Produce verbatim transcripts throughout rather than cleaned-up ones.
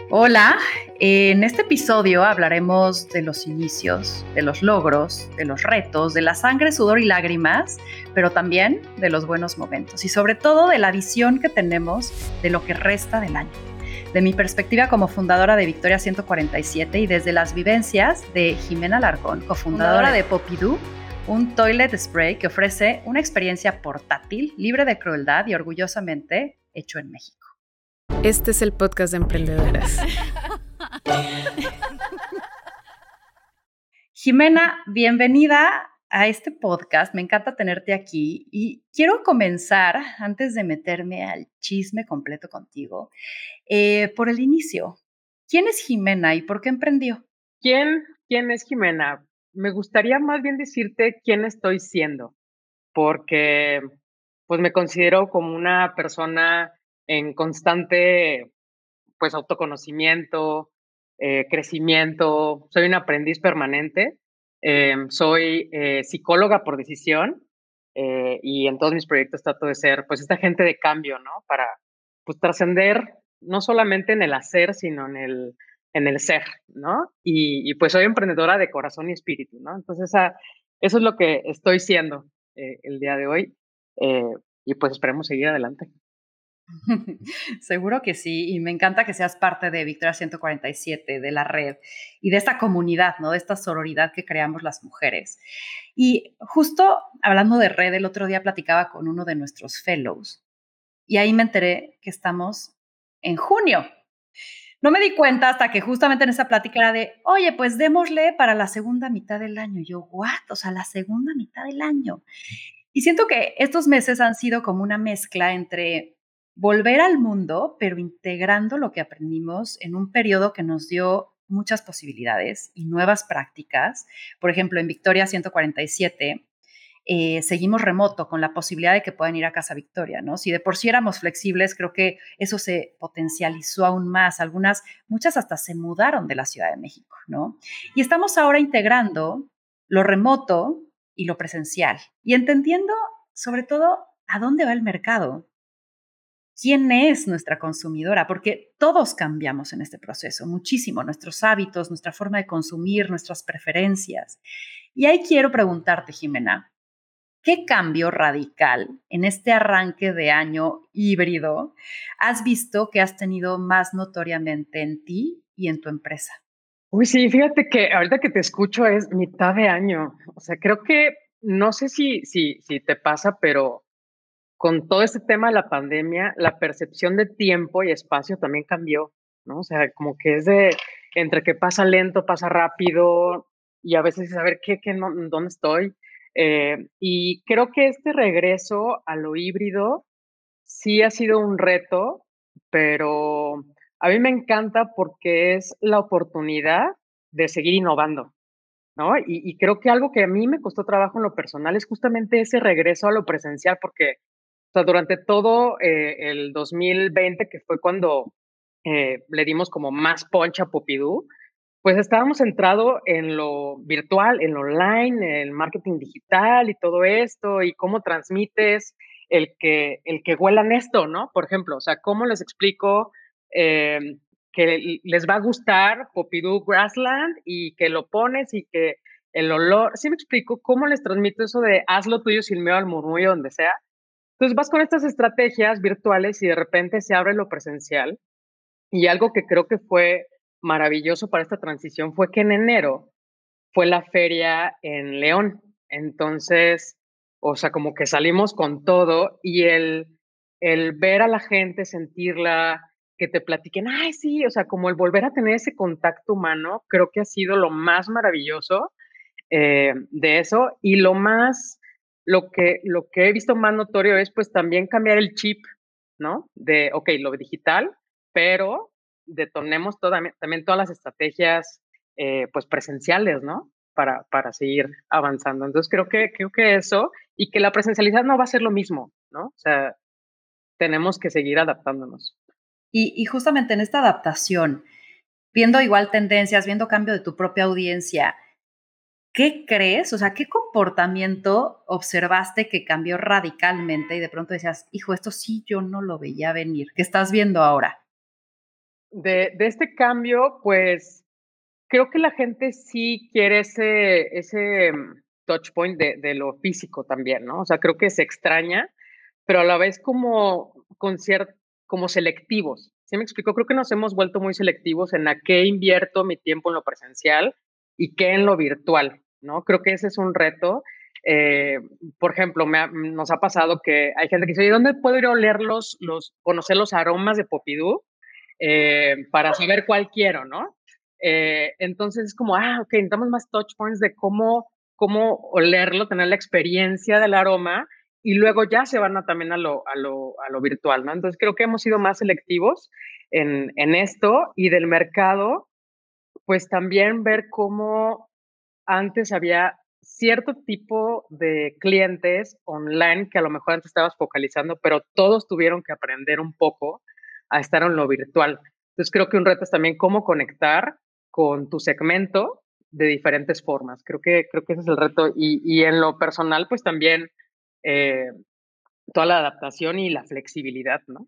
Hola, en este episodio hablaremos de los inicios, de los logros, de los retos, de la sangre, sudor y lágrimas, pero también de los buenos momentos y sobre todo de la visión que tenemos de lo que resta del año. De mi perspectiva como fundadora de Victoria ciento cuarenta y siete y desde las vivencias de Jimena Alarcón, cofundadora de Popidou, un toilet spray que ofrece una experiencia portátil, libre de crueldad y orgullosamente hecho en México. Este es el podcast de emprendedoras. Jimena, bienvenida a este podcast. Me encanta tenerte aquí y quiero comenzar, antes de meterme al chisme completo contigo, eh, por el inicio. ¿Quién es Jimena y por qué emprendió? ¿Quién, quién es Jimena? Me gustaría más bien decirte quién estoy siendo, porque pues me considero como una persona en constante pues autoconocimiento, eh, crecimiento. Soy un aprendiz permanente. Eh, soy eh, psicóloga por decisión, eh, y en todos mis proyectos trato de ser pues esta agente de cambio, ¿no? Para pues trascender no solamente en el hacer, sino en el, en el ser, ¿no? Y, y pues soy emprendedora de corazón y espíritu, ¿no? Entonces esa, eso es lo que estoy siendo eh, el día de hoy, eh, y pues esperemos seguir adelante. Seguro que sí, y me encanta que seas parte de Victoria ciento cuarenta y siete, de la red y de esta comunidad, ¿no? De esta sororidad que creamos las mujeres. Y justo hablando de red, el otro día platicaba con uno de nuestros fellows y ahí me enteré que estamos en junio. No me di cuenta hasta que justamente en esa plática era de, oye, pues démosle para la segunda mitad del año. Y yo, ¿what? O sea, la segunda mitad del año. Y siento que estos meses han sido como una mezcla entre volver al mundo, pero integrando lo que aprendimos en un periodo que nos dio muchas posibilidades y nuevas prácticas. Por ejemplo, en Victoria ciento cuarenta y siete eh, seguimos remoto con la posibilidad de que puedan ir a Casa Victoria, ¿no? Si de por sí éramos flexibles, creo que eso se potencializó aún más. Algunas, muchas hasta se mudaron de la Ciudad de México, ¿no? Y estamos ahora integrando lo remoto y lo presencial y entendiendo sobre todo a dónde va el mercado. ¿Quién es nuestra consumidora? Porque todos cambiamos en este proceso, muchísimo, nuestros hábitos, nuestra forma de consumir, nuestras preferencias. Y ahí quiero preguntarte, Jimena, ¿qué cambio radical en este arranque de año híbrido has visto que has tenido más notoriamente en ti y en tu empresa? Uy, sí, fíjate que ahorita que te escucho es mitad de año. O sea, creo que no sé si, si, si te pasa, pero con todo este tema de la pandemia, la percepción de tiempo y espacio también cambió, ¿no? O sea, como que es de entre que pasa lento, pasa rápido y a veces saber qué, qué no, dónde estoy. Eh, y creo que este regreso a lo híbrido sí ha sido un reto, pero a mí me encanta porque es la oportunidad de seguir innovando, ¿no? Y, y creo que algo que a mí me costó trabajo en lo personal es justamente ese regreso a lo presencial, porque o sea, durante todo eh, el dos mil veinte, que fue cuando eh, le dimos como más poncha a Popidou, pues estábamos centrado en lo virtual, en lo online, en el marketing digital y todo esto, y cómo transmites el que, el que huelan esto, ¿no? Por ejemplo, o sea, cómo les explico eh, que les va a gustar Popidou Grassland y que lo pones y que el olor, ¿sí me explico? ¿Cómo les transmito eso de hazlo tuyo sin miedo al murmullo donde sea? Entonces vas con estas estrategias virtuales y de repente se abre lo presencial. Y algo que creo que fue maravilloso para esta transición fue que en enero fue la feria en León. Entonces, o sea, como que salimos con todo y el, el ver a la gente, sentirla, que te platiquen, ay, sí, o sea, como el volver a tener ese contacto humano, creo que ha sido lo más maravilloso eh, de eso. Y lo más, lo que, lo que he visto más notorio es pues también cambiar el chip, ¿no? De, ok, lo digital, pero detonemos toda, también todas las estrategias eh, pues presenciales, ¿no? Para, para seguir avanzando. Entonces creo que, creo que eso y que la presencialidad no va a ser lo mismo, ¿no? O sea, tenemos que seguir adaptándonos. Y, y justamente en esta adaptación, viendo igual tendencias, viendo cambio de tu propia audiencia, ¿qué crees? O sea, ¿qué comportamiento observaste que cambió radicalmente y de pronto decías, hijo, esto sí yo no lo veía venir? ¿Qué estás viendo ahora? de, de este cambio, pues creo que la gente sí quiere ese, ese mm, touch point de, de lo físico también, ¿no? O sea, creo que se extraña, pero a la vez como, con cier- como selectivos. ¿Sí me explico? Creo que nos hemos vuelto muy selectivos en a qué invierto mi tiempo en lo presencial y qué en lo virtual, ¿no? Creo que ese es un reto. Eh, por ejemplo, me ha- nos ha pasado que hay gente que dice, "Oye, ¿dónde puedo ir a oler los, los, conocer los aromas de Popidú eh, para saber cuál quiero, ¿no? Eh, entonces es como, ah, ok, necesitamos más touch points de cómo, cómo olerlo, tener la experiencia del aroma y luego ya se van a, también a lo, a, lo, a lo virtual, ¿no? Entonces creo que hemos sido más selectivos en, en esto y del mercado, pues también ver cómo antes había cierto tipo de clientes online que a lo mejor antes estabas focalizando, pero todos tuvieron que aprender un poco a estar en lo virtual. Entonces creo que un reto es también cómo conectar con tu segmento de diferentes formas. Creo que, creo que ese es el reto. Y, y en lo personal, pues también eh, toda la adaptación y la flexibilidad, ¿no?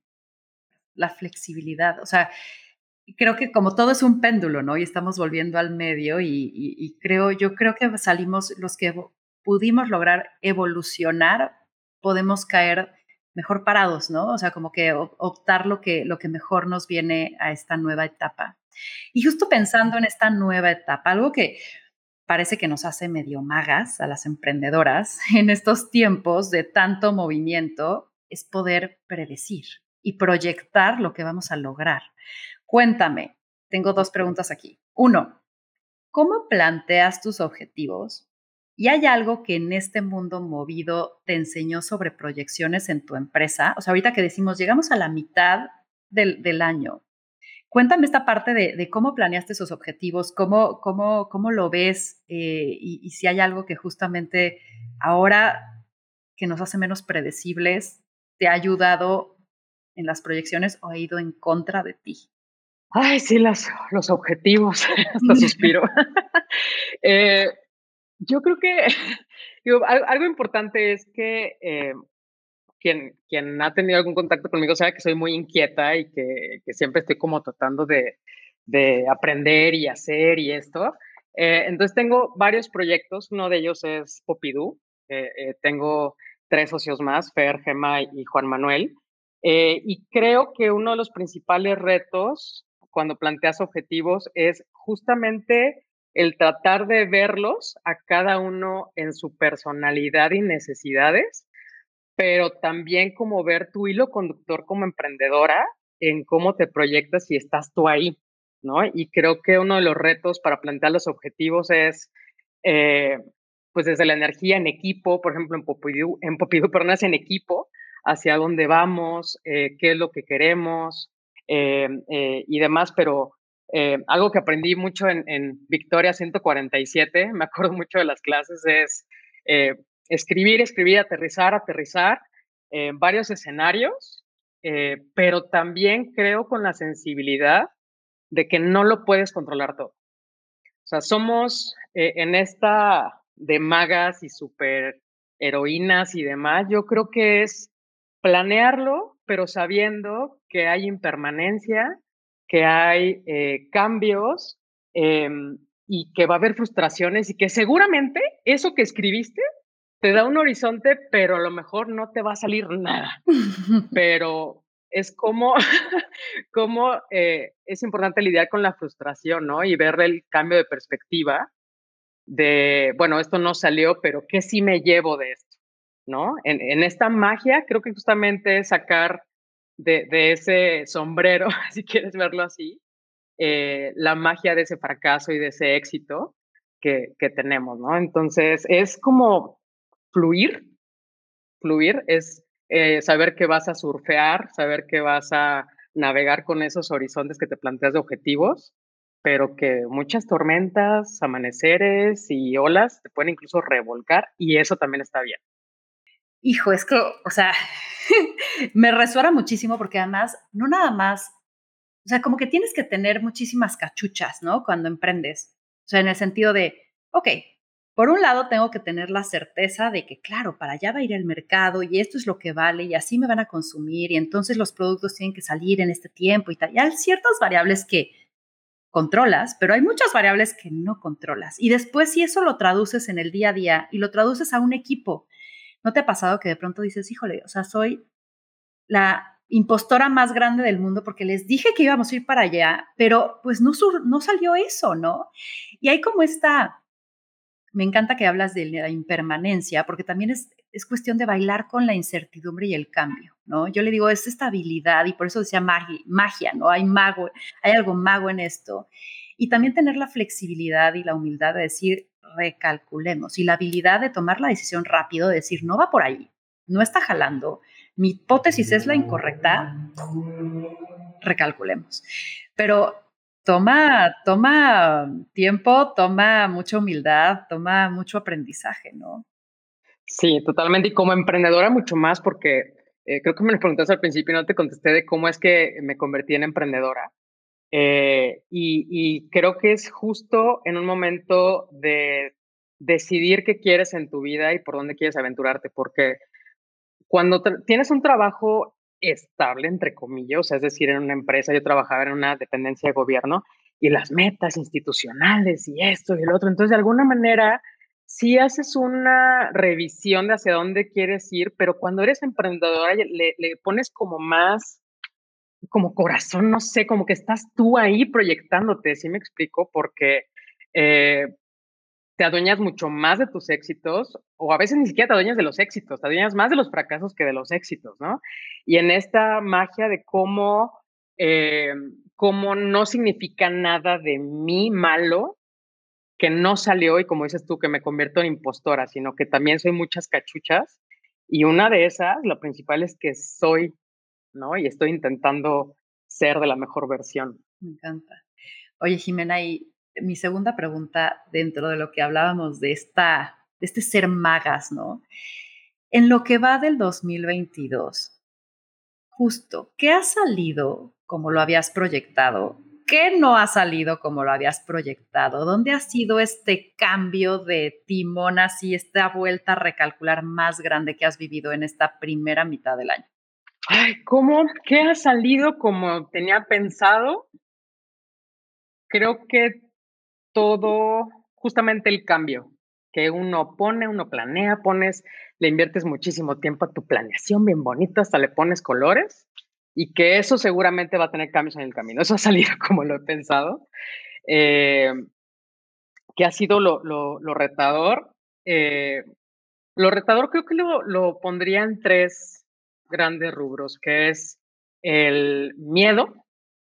La flexibilidad, o sea, creo que como todo es un péndulo, ¿no? Y estamos volviendo al medio y, y, y creo, yo creo que salimos los que pudimos lograr evolucionar, podemos caer mejor parados, ¿no? O sea, como que optar lo que, lo que mejor nos viene a esta nueva etapa. Y justo pensando en esta nueva etapa, algo que parece que nos hace medio magas a las emprendedoras en estos tiempos de tanto movimiento es poder predecir y proyectar lo que vamos a lograr. Cuéntame, tengo dos preguntas aquí. Uno, ¿cómo planteas tus objetivos? ¿Y hay algo que en este mundo movido te enseñó sobre proyecciones en tu empresa? O sea, ahorita que decimos, llegamos a la mitad del, del año. Cuéntame esta parte de, de cómo planeaste esos objetivos, cómo, cómo, cómo lo ves eh, y, y si hay algo que justamente ahora que nos hace menos predecibles te ha ayudado en las proyecciones o ha ido en contra de ti. Ay, sí, las, los objetivos, hasta suspiro. eh, yo creo que digo, algo, algo importante es que eh, quien, quien ha tenido algún contacto conmigo sabe que soy muy inquieta y que, que siempre estoy como tratando de, de aprender y hacer y esto. Eh, entonces tengo varios proyectos, uno de ellos es Popidú, eh, eh, tengo tres socios más, Fer, Gema y Juan Manuel, eh, y creo que uno de los principales retos cuando planteas objetivos es justamente el tratar de verlos a cada uno en su personalidad y necesidades, pero también como ver tu hilo conductor como emprendedora en cómo te proyectas y estás tú ahí, ¿no? Y creo que uno de los retos para plantear los objetivos es, eh, pues desde la energía en equipo, por ejemplo, en Popidú, en Popidú, perdón, es en equipo, hacia dónde vamos, eh, qué es lo que queremos eh, eh, y demás, pero eh, algo que aprendí mucho en, en Victoria ciento cuarenta y siete, me acuerdo mucho de las clases, es eh, escribir, escribir, aterrizar, aterrizar en varios escenarios, eh, pero también creo con la sensibilidad de que no lo puedes controlar todo. O sea, somos eh, en esta de magas y super heroínas y demás, yo creo que es planearlo, pero sabiendo que hay impermanencia, que hay eh, cambios eh, y que va a haber frustraciones y que seguramente eso que escribiste te da un horizonte, pero a lo mejor no te va a salir nada. Pero es como, como eh, es importante lidiar con la frustración, ¿no? Y ver el cambio de perspectiva de, bueno, esto no salió, pero ¿qué sí me llevo de esto? ¿No? En, en esta magia creo que justamente es sacar de, de ese sombrero, si quieres verlo así, eh, la magia de ese fracaso y de ese éxito que, que tenemos, ¿no? Entonces es como fluir, fluir es eh, saber que vas a surfear, saber que vas a navegar con esos horizontes que te planteas de objetivos, pero que muchas tormentas, amaneceres y olas te pueden incluso revolcar y eso también está bien. Hijo, es que, o sea, me resuena muchísimo porque además, no nada más, o sea, como que tienes que tener muchísimas cachuchas, ¿no? Cuando emprendes. O sea, en el sentido de, ok, por un lado tengo que tener la certeza de que, claro, para allá va a ir el mercado y esto es lo que vale y así me van a consumir y entonces los productos tienen que salir en este tiempo y tal. Y hay ciertas variables que controlas, pero hay muchas variables que no controlas. Y después, si eso lo traduces en el día a día y lo traduces a un equipo, ¿no te ha pasado que de pronto dices, híjole, o sea, soy la impostora más grande del mundo porque les dije que íbamos a ir para allá, pero pues no, sur, no salió eso, ¿no? Y hay como esta, me encanta que hablas de la impermanencia, porque también es, es cuestión de bailar con la incertidumbre y el cambio, ¿no? Yo le digo, es estabilidad y por eso decía magia, magia, ¿no? Hay mago, hay algo mago en esto. Y también tener la flexibilidad y la humildad de decir, recalculemos, y la habilidad de tomar la decisión rápido, de decir, no va por ahí, no está jalando, mi hipótesis es la incorrecta, recalculemos. Pero toma, toma tiempo, toma mucha humildad, toma mucho aprendizaje, ¿no? Sí, totalmente. Y como emprendedora mucho más, porque eh, creo que me lo preguntaste al principio y no te contesté de cómo es que me convertí en emprendedora. Eh, y, y creo que es justo en un momento de decidir qué quieres en tu vida y por dónde quieres aventurarte, porque cuando tienes un trabajo estable, entre comillas, o sea, es decir, en una empresa, yo trabajaba en una dependencia de gobierno y las metas institucionales y esto y el otro, entonces de alguna manera sí haces una revisión de hacia dónde quieres ir, pero cuando eres emprendedora le, le pones como más, como corazón, no sé, como que estás tú ahí proyectándote, ¿sí me explico? Porque eh, te adueñas mucho más de tus éxitos, o a veces ni siquiera te adueñas de los éxitos, te adueñas más de los fracasos que de los éxitos, ¿no? Y en esta magia de cómo, eh, cómo no significa nada de mí malo, que no salió, y como dices tú, que me convierto en impostora, sino que también soy muchas cachuchas, y una de esas, la principal es que soy, ¿no? Y estoy intentando ser de la mejor versión. Me encanta. Oye, Jimena, y mi segunda pregunta dentro de lo que hablábamos de esta, de este ser magas, ¿no? En lo que va del dos mil veintidós, justo, ¿qué ha salido como lo habías proyectado? ¿Qué no ha salido como lo habías proyectado? ¿Dónde ha sido este cambio de timón, así, esta vuelta a recalcular más grande que has vivido en esta primera mitad del año? Ay, ¿cómo? ¿Qué ha salido como tenía pensado? Creo que todo, justamente el cambio que uno pone, uno planea, pones, le inviertes muchísimo tiempo a tu planeación bien bonita, hasta le pones colores y que eso seguramente va a tener cambios en el camino. Eso ha salido como lo he pensado. Eh, ¿Qué ha sido lo, lo, lo retador? Eh, lo retador creo que lo, lo pondría en tres grandes rubros, que es el miedo,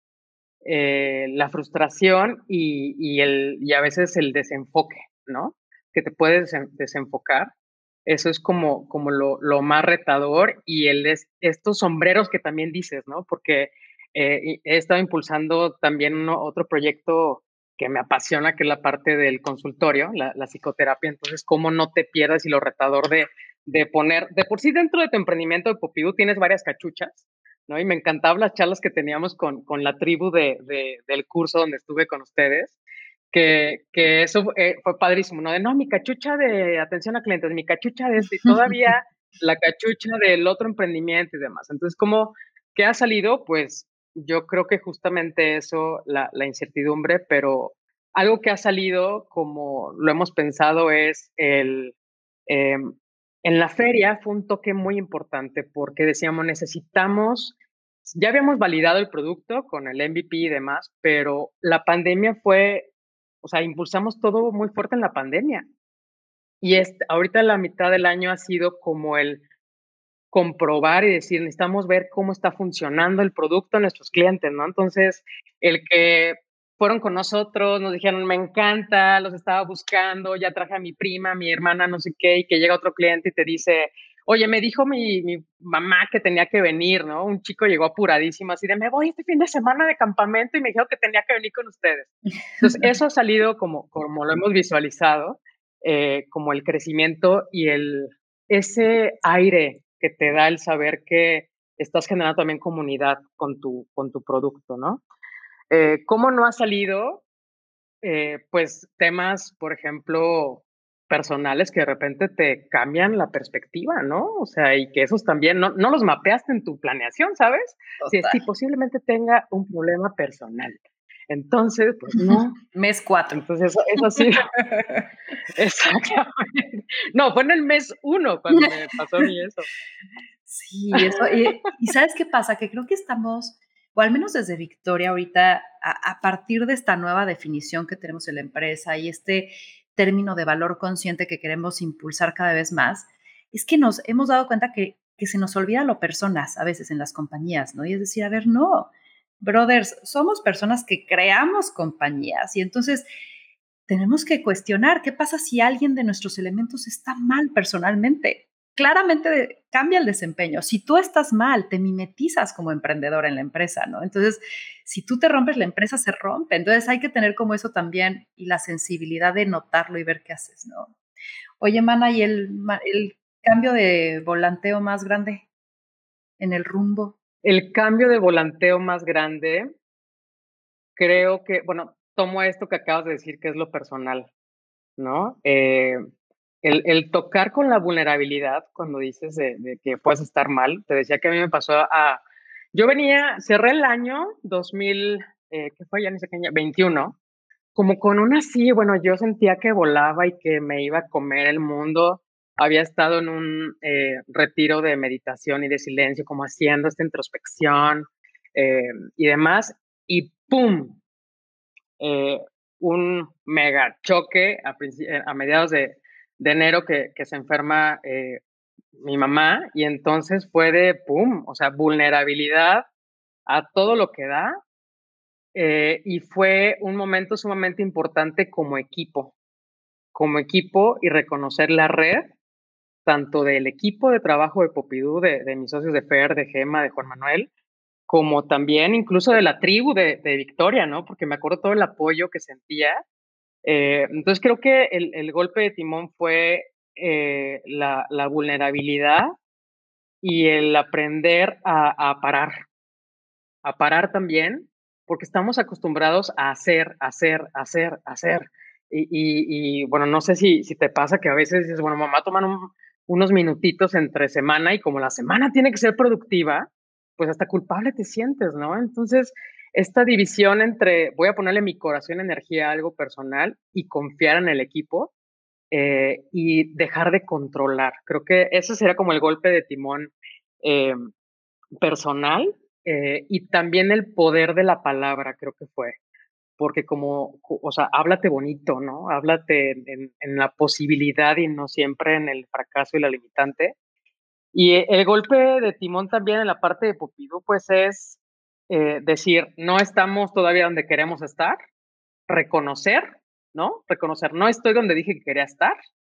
eh, la frustración y, y, el, y a veces el desenfoque, ¿no? Que te puedes desen- desenfocar. Eso es como, como lo, lo más retador y el es- estos sombreros que también dices, ¿no? Porque eh, y he estado impulsando también uno- otro proyecto que me apasiona, que es la parte del consultorio, la, la psicoterapia. Entonces, ¿cómo no te pierdas y lo retador de, de poner, de por sí dentro de tu emprendimiento de Popidú tienes varias cachuchas, ¿no? Y me encantaban las charlas que teníamos con, con la tribu de, de, del curso donde estuve con ustedes, que, que eso eh, fue padrísimo, ¿no? De, no, mi cachucha de atención a clientes, mi cachucha de este, y todavía la cachucha del otro emprendimiento y demás. Entonces, ¿cómo, qué ha salido? Pues yo creo que justamente eso, la, la incertidumbre, pero algo que ha salido, como lo hemos pensado, es el... Eh, en la feria fue un toque muy importante porque decíamos, necesitamos, ya habíamos validado el producto con el M V P y demás, pero la pandemia fue, o sea, impulsamos todo muy fuerte en la pandemia. Y este, ahorita la mitad del año ha sido como el comprobar y decir, necesitamos ver cómo está funcionando el producto a nuestros clientes, ¿no? Entonces, el que fueron con nosotros, nos dijeron, me encanta, los estaba buscando, ya traje a mi prima, mi hermana, no sé qué, y que llega otro cliente y te dice, oye, me dijo mi, mi mamá que tenía que venir, ¿no? Un chico llegó apuradísimo, así de, me voy este fin de semana de campamento y me dijeron que tenía que venir con ustedes. Entonces, eso ha salido como, como lo hemos visualizado, eh, como el crecimiento y el, ese aire que te da el saber que estás generando también comunidad con tu, con tu producto, ¿no? Eh, ¿Cómo no ha salido? Eh, pues temas, por ejemplo, personales que de repente te cambian la perspectiva, ¿no? O sea, y que esos también no, no los mapeaste en tu planeación, ¿sabes? Si es, Total. si posiblemente tenga un problema personal. Entonces, pues no. Mes cuatro. Entonces, eso, eso sí, exactamente. No, fue en el mes uno cuando me pasó a mí eso. Sí, eso. Y, y ¿sabes qué pasa? Que creo que estamos, o al menos desde Victoria ahorita, a, a partir de esta nueva definición que tenemos en la empresa y este término de valor consciente que queremos impulsar cada vez más, es que nos hemos dado cuenta que, que se nos olvida lo personas a veces en las compañías, ¿no? Y es decir, a ver, no, brothers, somos personas que creamos compañías y entonces tenemos que cuestionar qué pasa si alguien de nuestros elementos está mal personalmente. Claramente cambia el desempeño. Si tú estás mal, te mimetizas como emprendedor en la empresa, ¿no? Entonces, si tú te rompes, la empresa se rompe. Entonces, hay que tener como eso también y la sensibilidad de notarlo y ver qué haces, ¿no? Oye, Mana, ¿y el, el cambio de volanteo más grande en el rumbo? El cambio de volanteo más grande, creo que, bueno, tomo esto que acabas de decir, que es lo personal, ¿no? Eh, el, el tocar con la vulnerabilidad, cuando dices de, de que puedes estar mal, te decía que a mí me pasó a... Yo venía, cerré el año dos mil, eh, ¿qué fue? Ya ni sé qué año, veintiuno, como con una así, bueno, yo sentía que volaba y que me iba a comer el mundo. Había estado en un eh, retiro de meditación y de silencio, como haciendo esta introspección eh, y demás, y ¡pum! Eh, un mega choque a, eh, a mediados de, de enero que, que, se enferma eh, mi mamá, y entonces fue de ¡pum! O sea, vulnerabilidad a todo lo que da. Eh, y fue un momento sumamente importante como equipo, como equipo y reconocer la red, tanto del equipo de trabajo de Popidú, de, de mis socios de Fer, de Gema, de Juan Manuel, como también incluso de la tribu de, de Victoria, ¿no? Porque me acuerdo todo el apoyo que sentía. Eh, entonces creo que el, el, golpe de timón fue eh, la, la, vulnerabilidad y el aprender a, a parar, a parar también, porque estamos acostumbrados a hacer, hacer, hacer, hacer. Y, y, y bueno, no sé si, si te pasa que a veces dices, bueno, mamá, toman un, unos minutitos entre semana y como la semana tiene que ser productiva, pues hasta culpable te sientes, ¿no? Entonces, esta división entre voy a ponerle mi corazón, energía a algo personal y confiar en el equipo eh, y dejar de controlar. Creo que ese sería como el golpe de timón eh, personal eh, y también el poder de la palabra, creo que fue. Porque como, o sea, háblate bonito, ¿no? Háblate en, en la posibilidad y no siempre en el fracaso y la limitante. Y el golpe de timón también en la parte de Popidú, pues es eh, decir, no estamos todavía donde queremos estar, reconocer, ¿no? Reconocer, no estoy donde dije que quería estar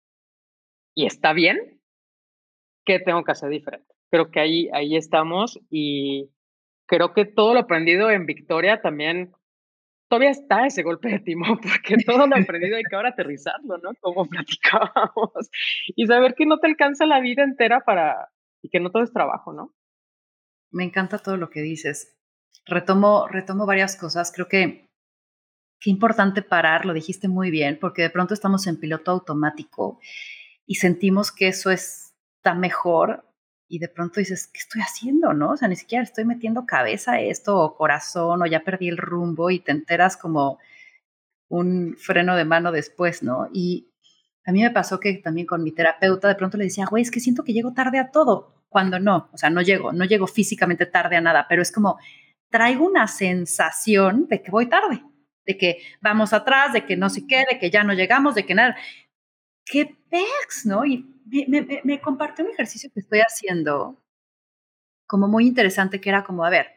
y está bien, ¿qué tengo que hacer diferente? Creo que ahí, ahí estamos y creo que todo lo aprendido en Victoria también, todavía está ese golpe de timón, porque todo lo aprendido hay que ahora aterrizarlo, ¿no? Como platicábamos. Y saber que no te alcanza la vida entera para, y que no todo es trabajo, ¿no? Me encanta todo lo que dices. Retomo, retomo varias cosas. Creo que qué importante parar, lo dijiste muy bien, porque de pronto estamos en piloto automático y sentimos que eso está mejor y de pronto dices, ¿qué estoy haciendo? ¿No? O sea, ni siquiera estoy metiendo cabeza a esto o corazón o ya perdí el rumbo y te enteras como un freno de mano después, ¿no? Y a mí me pasó que también con mi terapeuta de pronto le decía, güey, es que siento que llego tarde a todo, cuando no, o sea, no llego, no llego físicamente tarde a nada, pero es como traigo una sensación de que voy tarde, de que vamos atrás, de que no sé qué, de que ya no llegamos, de que nada. ¡Qué pex!, ¿no? Y me, me, me compartió un ejercicio que estoy haciendo como muy interesante, que era como, a ver,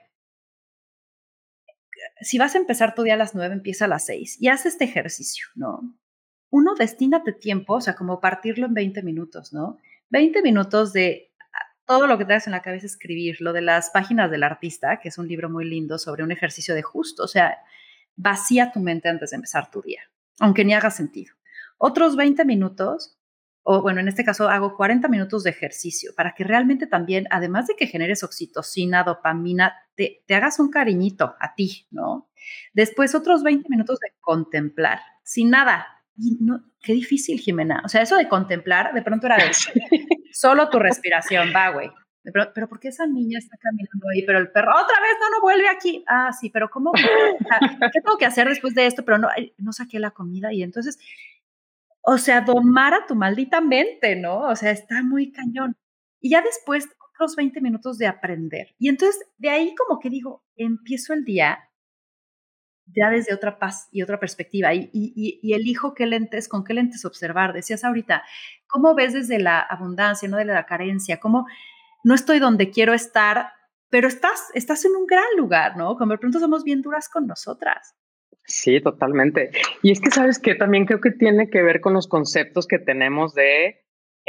si vas a empezar tu día a las nueve, empieza a las seis y haz este ejercicio, ¿no? Uno, destínate tiempo, o sea, como partirlo en veinte minutos, ¿no? veinte minutos de todo lo que traes en la cabeza, escribir, lo de las páginas del artista, que es un libro muy lindo sobre un ejercicio de justo, o sea, vacía tu mente antes de empezar tu día, aunque ni haga sentido. Otros veinte minutos, o bueno, en este caso hago cuarenta minutos de ejercicio, para que realmente también, además de que generes oxitocina, dopamina, te, te hagas un cariñito a ti, ¿no? Después otros veinte minutos de contemplar, sin nada, Y no, qué difícil, Jimena. O sea, eso de contemplar, de pronto era de solo tu respiración, va, güey. Pero, pero ¿por qué esa niña está caminando ahí? Pero el perro, otra vez, no, no vuelve aquí. Ah, sí, pero ¿cómo? O sea, ¿qué tengo que hacer después de esto? Pero no, no saqué la comida y entonces, o sea, domar a tu maldita mente, ¿no? O sea, está muy cañón. Y ya después, otros veinte minutos de aprender. Y entonces, de ahí como que digo, empiezo el día ya desde otra paz y otra perspectiva, y, y, y elijo qué lentes, con qué lentes observar. Decías ahorita, ¿cómo ves desde la abundancia, no de la carencia? ¿Cómo no estoy donde quiero estar, pero estás, estás en un gran lugar, ¿no? Como de pronto somos bien duras con nosotras. Sí, totalmente. Y es que, ¿sabes qué? También creo que tiene que ver con los conceptos que tenemos de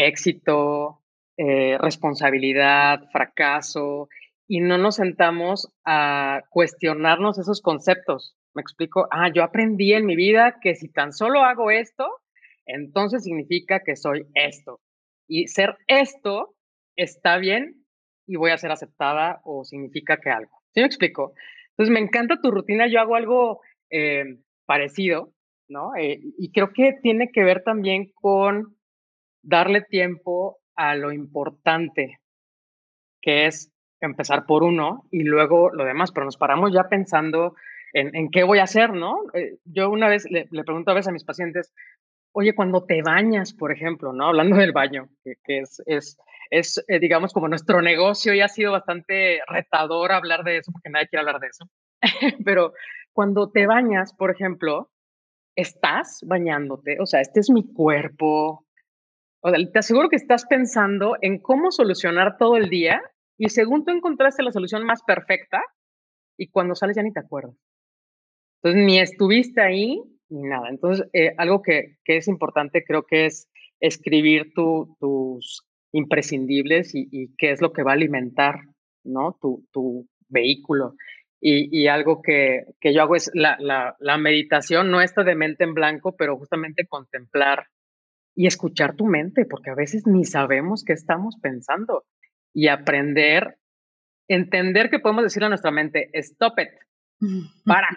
éxito, eh, responsabilidad, fracaso, y no nos sentamos a cuestionarnos esos conceptos. ¿Me explico? Ah, yo aprendí en mi vida que si tan solo hago esto, entonces significa que soy esto. Y ser esto está bien y voy a ser aceptada o significa que algo. ¿Sí me explico? Entonces me encanta tu rutina. Yo hago algo eh, parecido, ¿no? Eh, y creo que tiene que ver también con darle tiempo a lo importante, que es empezar por uno y luego lo demás, pero nos paramos ya pensando en, en qué voy a hacer, ¿no? Eh, yo una vez le, le, pregunto a veces a mis pacientes, oye, cuando te bañas, por ejemplo, ¿no? Hablando del baño, que, que es, es, es eh, digamos, como nuestro negocio y ha sido bastante retador hablar de eso porque nadie quiere hablar de eso. Pero cuando te bañas, por ejemplo, estás bañándote, o sea, este es mi cuerpo. O sea, te aseguro que estás pensando en cómo solucionar todo el día y según tú encontraste la solución más perfecta y cuando sales ya ni te acuerdas. Entonces, ni estuviste ahí ni nada. Entonces, eh, algo que, que es importante creo que es escribir tu, tus imprescindibles y, y qué es lo que va a alimentar, ¿no? Tu, tu vehículo. Y, y algo que, que yo hago es la, la, la meditación, no esta de mente en blanco, pero justamente contemplar y escuchar tu mente, porque a veces ni sabemos qué estamos pensando y aprender, entender que podemos decirle a nuestra mente, stop it, para,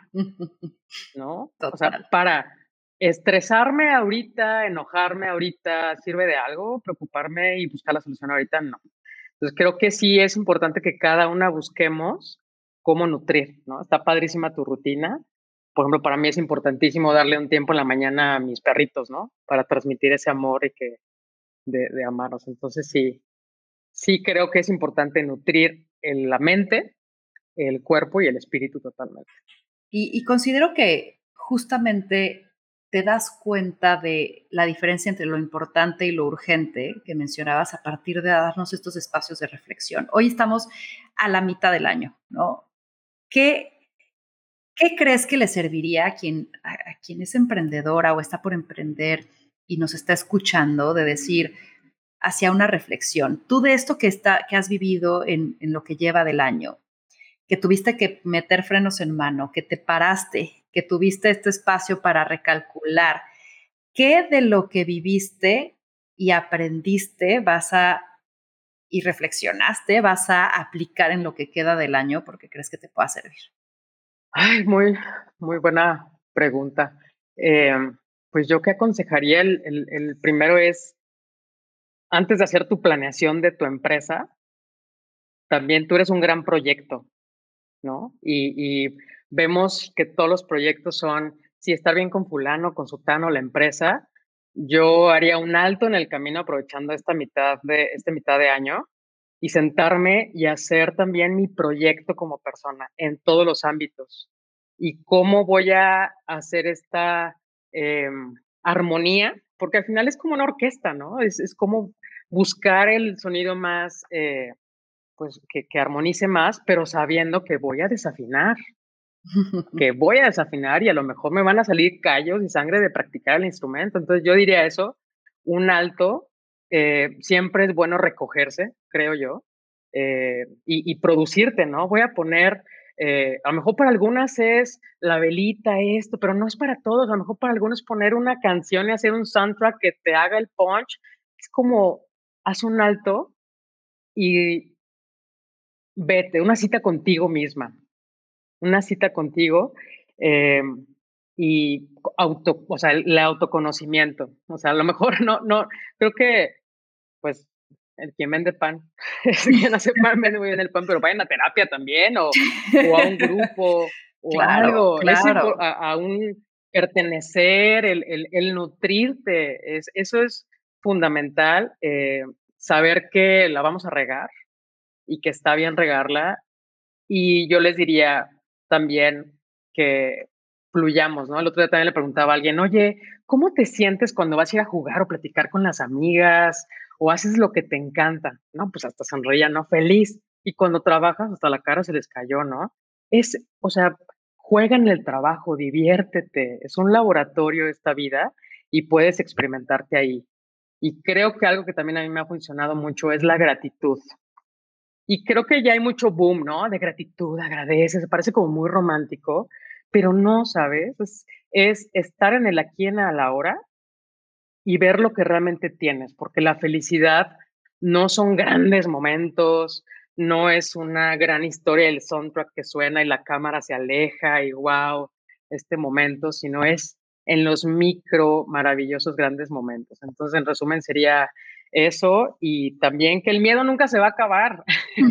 ¿no? O sea, Total. para estresarme ahorita, enojarme ahorita, ¿sirve de algo? Preocuparme y buscar la solución ahorita, no. Entonces creo que sí es importante que cada una busquemos cómo nutrir, ¿no? Está padrísima tu rutina. Por ejemplo, para mí es importantísimo darle un tiempo en la mañana a mis perritos, ¿no? Para transmitir ese amor y que de, de amarnos. Entonces sí, sí creo que es importante nutrir el, la mente, el cuerpo y el espíritu totalmente. Y, y considero que justamente te das cuenta de la diferencia entre lo importante y lo urgente que mencionabas a partir de darnos estos espacios de reflexión. Hoy estamos a la mitad del año, ¿no? ¿Qué, qué crees que le serviría a quien, a, a quien es emprendedora o está por emprender y nos está escuchando de decir hacia una reflexión? Tú de esto que, está, que has vivido en, en lo que lleva del año, que tuviste que meter frenos en mano, que te paraste, que tuviste este espacio para recalcular, ¿qué de lo que viviste y aprendiste vas a y reflexionaste vas a aplicar en lo que queda del año porque crees que te pueda servir? Ay, muy, muy buena pregunta. Eh, pues yo qué aconsejaría, el, el, el primero es, antes de hacer tu planeación de tu empresa, también tú eres un gran proyecto, ¿no? Y, y vemos que todos los proyectos son, si estar bien con fulano, con sutano, la empresa. Yo haría un alto en el camino aprovechando esta mitad de, este mitad de año y sentarme y hacer también mi proyecto como persona en todos los ámbitos. Y cómo voy a hacer esta eh, armonía, porque al final es como una orquesta, ¿no? Es, es como buscar el sonido más... Eh, pues que, que armonice más, pero sabiendo que voy a desafinar, que voy a desafinar y a lo mejor me van a salir callos y sangre de practicar el instrumento. Entonces yo diría eso, un alto, eh, siempre es bueno recogerse, creo yo, eh, y, y producirte, ¿no? Voy a poner, eh, a lo mejor para algunas es la velita, esto, pero no es para todos, a lo mejor para algunos poner una canción y hacer un soundtrack que te haga el punch, es como, haz un alto y vete, una cita contigo misma, una cita contigo, eh, y auto, o sea, el, el autoconocimiento. O sea, a lo mejor no, no, creo que, pues, el quien vende pan, es quien hace pan, vende muy bien el pan, pero vayan a terapia también, o, o a un grupo, o a Claro, algo. Es claro. impo- a, a un pertenecer, el, el, el nutrirte, es, eso es fundamental, eh, saber que la vamos a regar y que está bien regarla. Y yo les diría también que fluyamos, ¿no? El otro día también le preguntaba a alguien, oye, ¿cómo te sientes cuando vas a ir a jugar o platicar con las amigas o haces lo que te encanta? No, pues hasta sonreía, ¿no? Feliz. Y cuando trabajas, hasta la cara se les cayó, ¿no? Es, o sea, juega en el trabajo, diviértete. Es un laboratorio esta vida y puedes experimentarte ahí. Y creo que algo que también a mí me ha funcionado mucho es la gratitud. Y creo que ya hay mucho boom, ¿no? De gratitud, agradeces, parece como muy romántico, pero no, ¿sabes? Es, es estar en el aquí en el ahora y ver lo que realmente tienes, porque la felicidad no son grandes momentos, no es una gran historia el soundtrack que suena y la cámara se aleja y wow, este momento, sino es en los micro maravillosos grandes momentos. Entonces, en resumen, sería eso y también que el miedo nunca se va a acabar.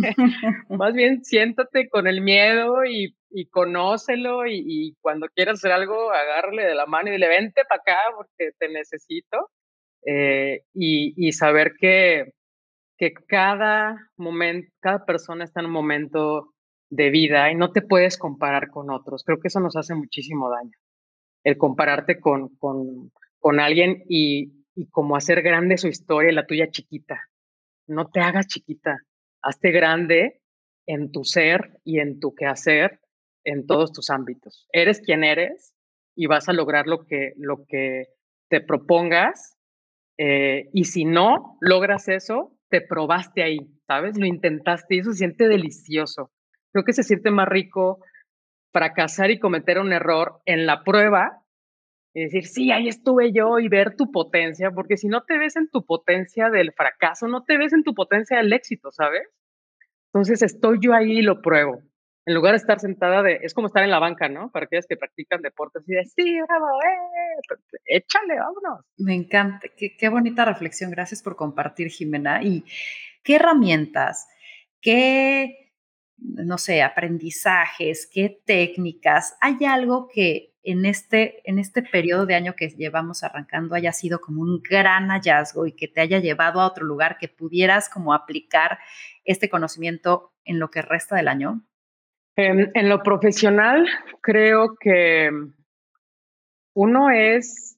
Más bien siéntate con el miedo y, y conócelo y, y cuando quieras hacer algo, agárrale de la mano y dile, vente para acá porque te necesito. Eh, y, y saber que, que cada momento, cada persona está en un momento de vida y no te puedes comparar con otros. Creo que eso nos hace muchísimo daño. El compararte con, con, con alguien y, y como hacer grande su historia y la tuya chiquita. No te hagas chiquita, hazte grande en tu ser y en tu quehacer en todos tus ámbitos. Eres quien eres y vas a lograr lo que, lo que te propongas. Eh, y si no logras eso, te probaste ahí, ¿sabes? Lo intentaste y eso se siente delicioso. Creo que se siente más rico fracasar y cometer un error en la prueba y decir, sí, ahí estuve yo y ver tu potencia, porque si no te ves en tu potencia del fracaso, no te ves en tu potencia del éxito, ¿sabes? Entonces estoy yo ahí y lo pruebo. En lugar de estar sentada, de, es como estar en la banca, ¿no? Para aquellas que practican deportes y de, sí, bravo, eh, échale, vámonos. Me encanta, qué, qué bonita reflexión. Gracias por compartir, Jimena. ¿Y qué herramientas, qué, no sé, aprendizajes, qué técnicas? ¿Hay algo que en este, en este periodo de año que llevamos arrancando haya sido como un gran hallazgo y que te haya llevado a otro lugar que pudieras como aplicar este conocimiento en lo que resta del año? En, en lo profesional, creo que uno es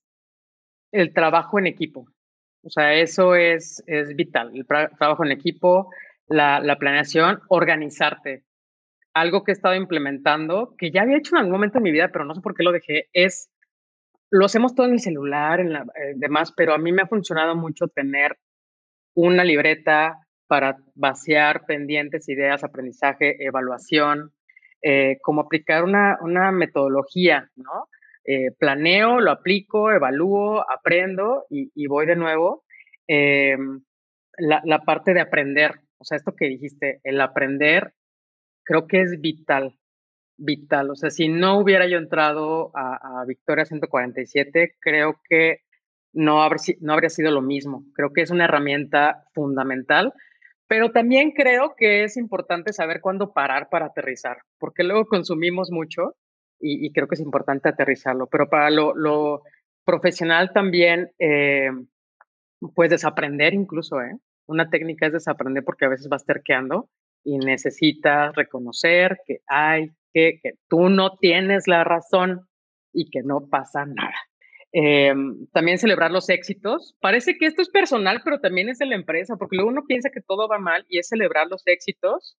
el trabajo en equipo. O sea, eso es, es vital. El tra trabajo en equipo, la, la planeación, organizarte. Algo que he estado implementando, que ya había hecho en algún momento en mi vida, pero no sé por qué lo dejé, es, lo hacemos todo en el celular, en la, eh, demás, pero a mí me ha funcionado mucho tener una libreta para vaciar pendientes, ideas, aprendizaje, evaluación, eh, como aplicar una, una metodología, ¿no? Eh, planeo, lo aplico, evalúo, aprendo y, y voy de nuevo. Eh, la, la parte de aprender, o sea, esto que dijiste, el aprender, creo que es vital, vital. O sea, si no hubiera yo entrado a, a Victoria ciento cuarenta y siete, creo que no, habr no habría sido lo mismo. Creo que es una herramienta fundamental, pero también creo que es importante saber cuándo parar para aterrizar, porque luego consumimos mucho y, y creo que es importante aterrizarlo. Pero para lo, lo profesional también, eh, pues desaprender incluso, ¿eh? Una técnica es desaprender porque a veces vas terqueando y necesitas reconocer que hay que, que tú no tienes la razón y que no pasa nada. Eh, también celebrar los éxitos. Parece que esto es personal, pero también es de la empresa, porque luego uno piensa que todo va mal y es celebrar los éxitos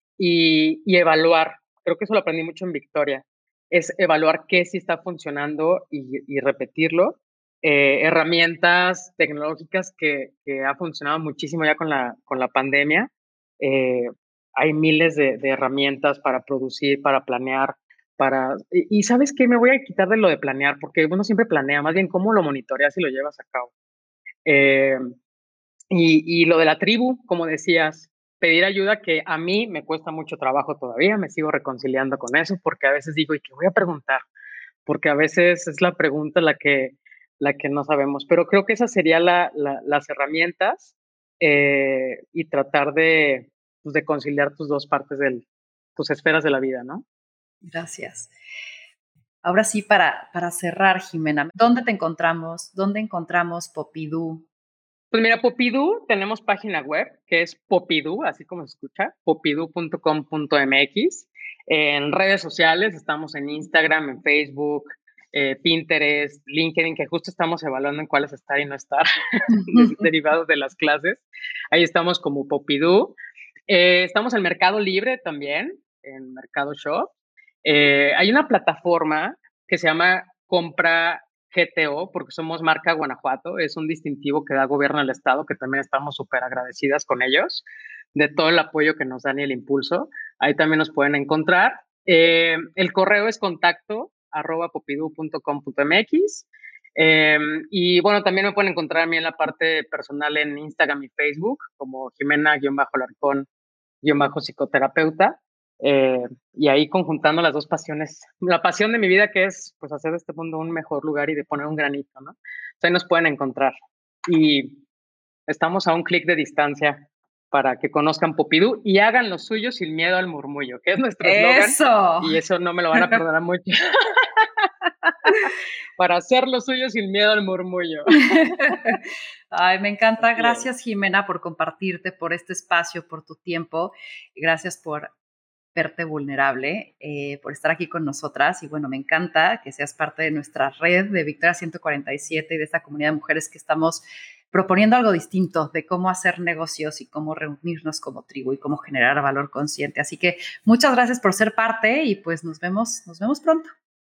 y, y evaluar. Creo que eso lo aprendí mucho en Victoria. Es evaluar qué sí está funcionando y, y repetirlo. Eh, herramientas tecnológicas que, que, ha funcionado muchísimo ya con la, con la pandemia. Eh, hay miles de, de, herramientas para producir, para planear, para... Y, y ¿sabes qué? Me voy a quitar de lo de planear, porque uno siempre planea, más bien cómo lo monitoreas y lo llevas a cabo. Eh, y, y lo de la tribu, como decías, pedir ayuda que a mí me cuesta mucho trabajo todavía, me sigo reconciliando con eso, porque a veces digo, ¿y qué voy a preguntar? porque a veces es la pregunta la que, la que no sabemos. Pero creo que esas serían la, la, las herramientas eh, y tratar de, pues, de conciliar tus dos partes, de tus esferas de la vida, ¿no? Gracias. Ahora sí, para, para cerrar, Jimena, ¿dónde te encontramos? ¿Dónde encontramos Popidú? Pues mira, Popidú, tenemos página web que es Popidú, así como se escucha, popidú punto com punto m x. En redes sociales estamos en Instagram, en Facebook, eh, Pinterest, LinkedIn, que justo estamos evaluando en cuáles estar y no estar, derivados de las clases. Ahí estamos como Popidú. Eh, estamos en Mercado Libre también, en Mercado Shop. Eh, hay una plataforma que se llama Compra G T O, porque somos marca Guanajuato, es un distintivo que da gobierno al estado, que también estamos súper agradecidas con ellos, de todo el apoyo que nos dan y el impulso. Ahí también nos pueden encontrar. Eh, el correo es contacto arroba popidú punto com punto m x. Eh, y bueno, también me pueden encontrar a mí en la parte personal en Instagram y Facebook, como Jimena-Larcón-psicoterapeuta. Eh, y ahí conjuntando las dos pasiones, la pasión de mi vida, que es pues hacer de este mundo un mejor lugar y de poner un granito, ¿no? Entonces ahí nos pueden encontrar. Y estamos a un clic de distancia para que conozcan Popidú y hagan lo suyo sin miedo al murmullo, que es nuestro eslogan. ¡Eso! Y eso no me lo van a perdonar mucho. Para hacer lo suyo sin miedo al murmullo. Ay, me encanta. Así Gracias, es. Jimena, por compartirte, por este espacio, por tu tiempo. Gracias por verte vulnerable, eh, por estar aquí con nosotras. Y bueno, me encanta que seas parte de nuestra red de Victoria ciento cuarenta y siete y de esta comunidad de mujeres que estamos proponiendo algo distinto de cómo hacer negocios y cómo reunirnos como tribu y cómo generar valor consciente. Así que muchas gracias por ser parte y pues nos vemos, nos vemos pronto.